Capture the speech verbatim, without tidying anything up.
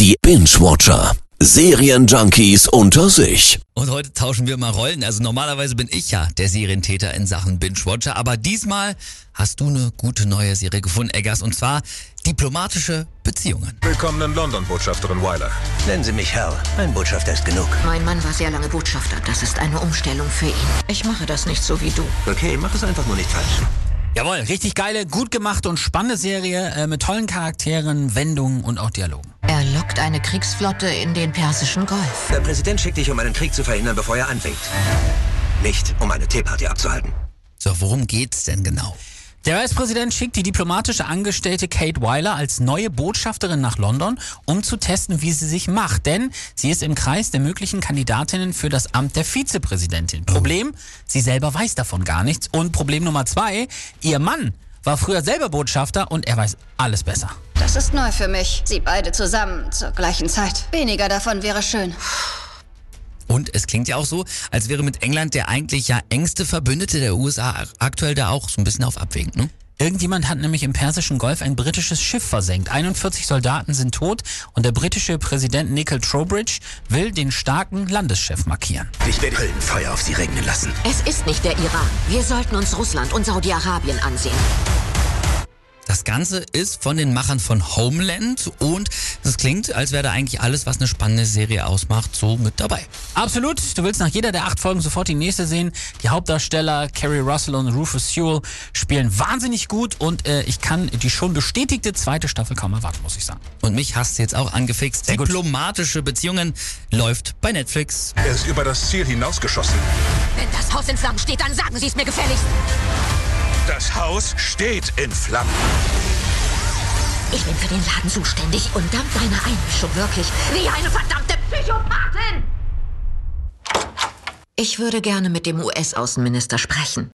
Die Binge-Watcher. Serienjunkies unter sich. Und heute tauschen wir mal Rollen. Also normalerweise bin ich ja der Serientäter in Sachen Binge-Watcher. Aber diesmal hast du eine gute neue Serie gefunden, Eggers. Und zwar Diplomatische Beziehungen. Willkommen in London, Botschafterin Wyler. Nennen Sie mich Herr. Ein Botschafter ist genug. Mein Mann war sehr lange Botschafter. Das ist eine Umstellung für ihn. Ich mache das nicht so wie du. Okay, mach es einfach nur nicht falsch. Jawohl, richtig geile, gut gemachte und spannende Serie äh, mit tollen Charakteren, Wendungen und auch Dialogen. Er lockt eine Kriegsflotte in den Persischen Golf. Der Präsident schickt dich, um einen Krieg zu verhindern, bevor er anfängt. Nicht, um eine Teeparty abzuhalten. So, worum geht's denn genau? Der U S-Präsident schickt die diplomatische Angestellte Kate Wyler als neue Botschafterin nach London, um zu testen, wie sie sich macht. Denn sie ist im Kreis der möglichen Kandidatinnen für das Amt der Vizepräsidentin. Oh. Problem, sie selber weiß davon gar nichts. Und Problem Nummer zwei, ihr Mann war früher selber Botschafter und er weiß alles besser. Das ist neu für mich. Sie beide zusammen zur gleichen Zeit. Weniger davon wäre schön. Und es klingt ja auch so, als wäre mit England der eigentlich ja engste Verbündete der U S A aktuell da auch so ein bisschen auf Abwägen, ne? Irgendjemand hat nämlich im Persischen Golf ein britisches Schiff versenkt. einundvierzig Soldaten sind tot und der britische Präsident Nigel Trowbridge will den starken Landeschef markieren. Ich werde Höllenfeuer auf Sie regnen lassen. Es ist nicht der Iran. Wir sollten uns Russland und Saudi-Arabien ansehen. Das Ganze ist von den Machern von Homeland und das klingt, als wäre da eigentlich alles, was eine spannende Serie ausmacht, so mit dabei. Absolut. Du willst nach jeder der acht Folgen sofort die nächste sehen. Die Hauptdarsteller Kerry Russell und Rufus Sewell spielen wahnsinnig gut und äh, ich kann die schon bestätigte zweite Staffel kaum erwarten, muss ich sagen. Und mich hast du jetzt auch angefixt. Sehr gut. Diplomatische Beziehungen läuft bei Netflix. Er ist über das Ziel hinausgeschossen. Wenn das Haus in Flammen steht, dann sagen Sie es mir gefälligst. Das Haus steht in Flammen. Ich bin für den Laden zuständig und dank deiner Einmischung wirklich wie eine verdammte Psychopathin. Ich würde gerne mit dem U S-Außenminister sprechen.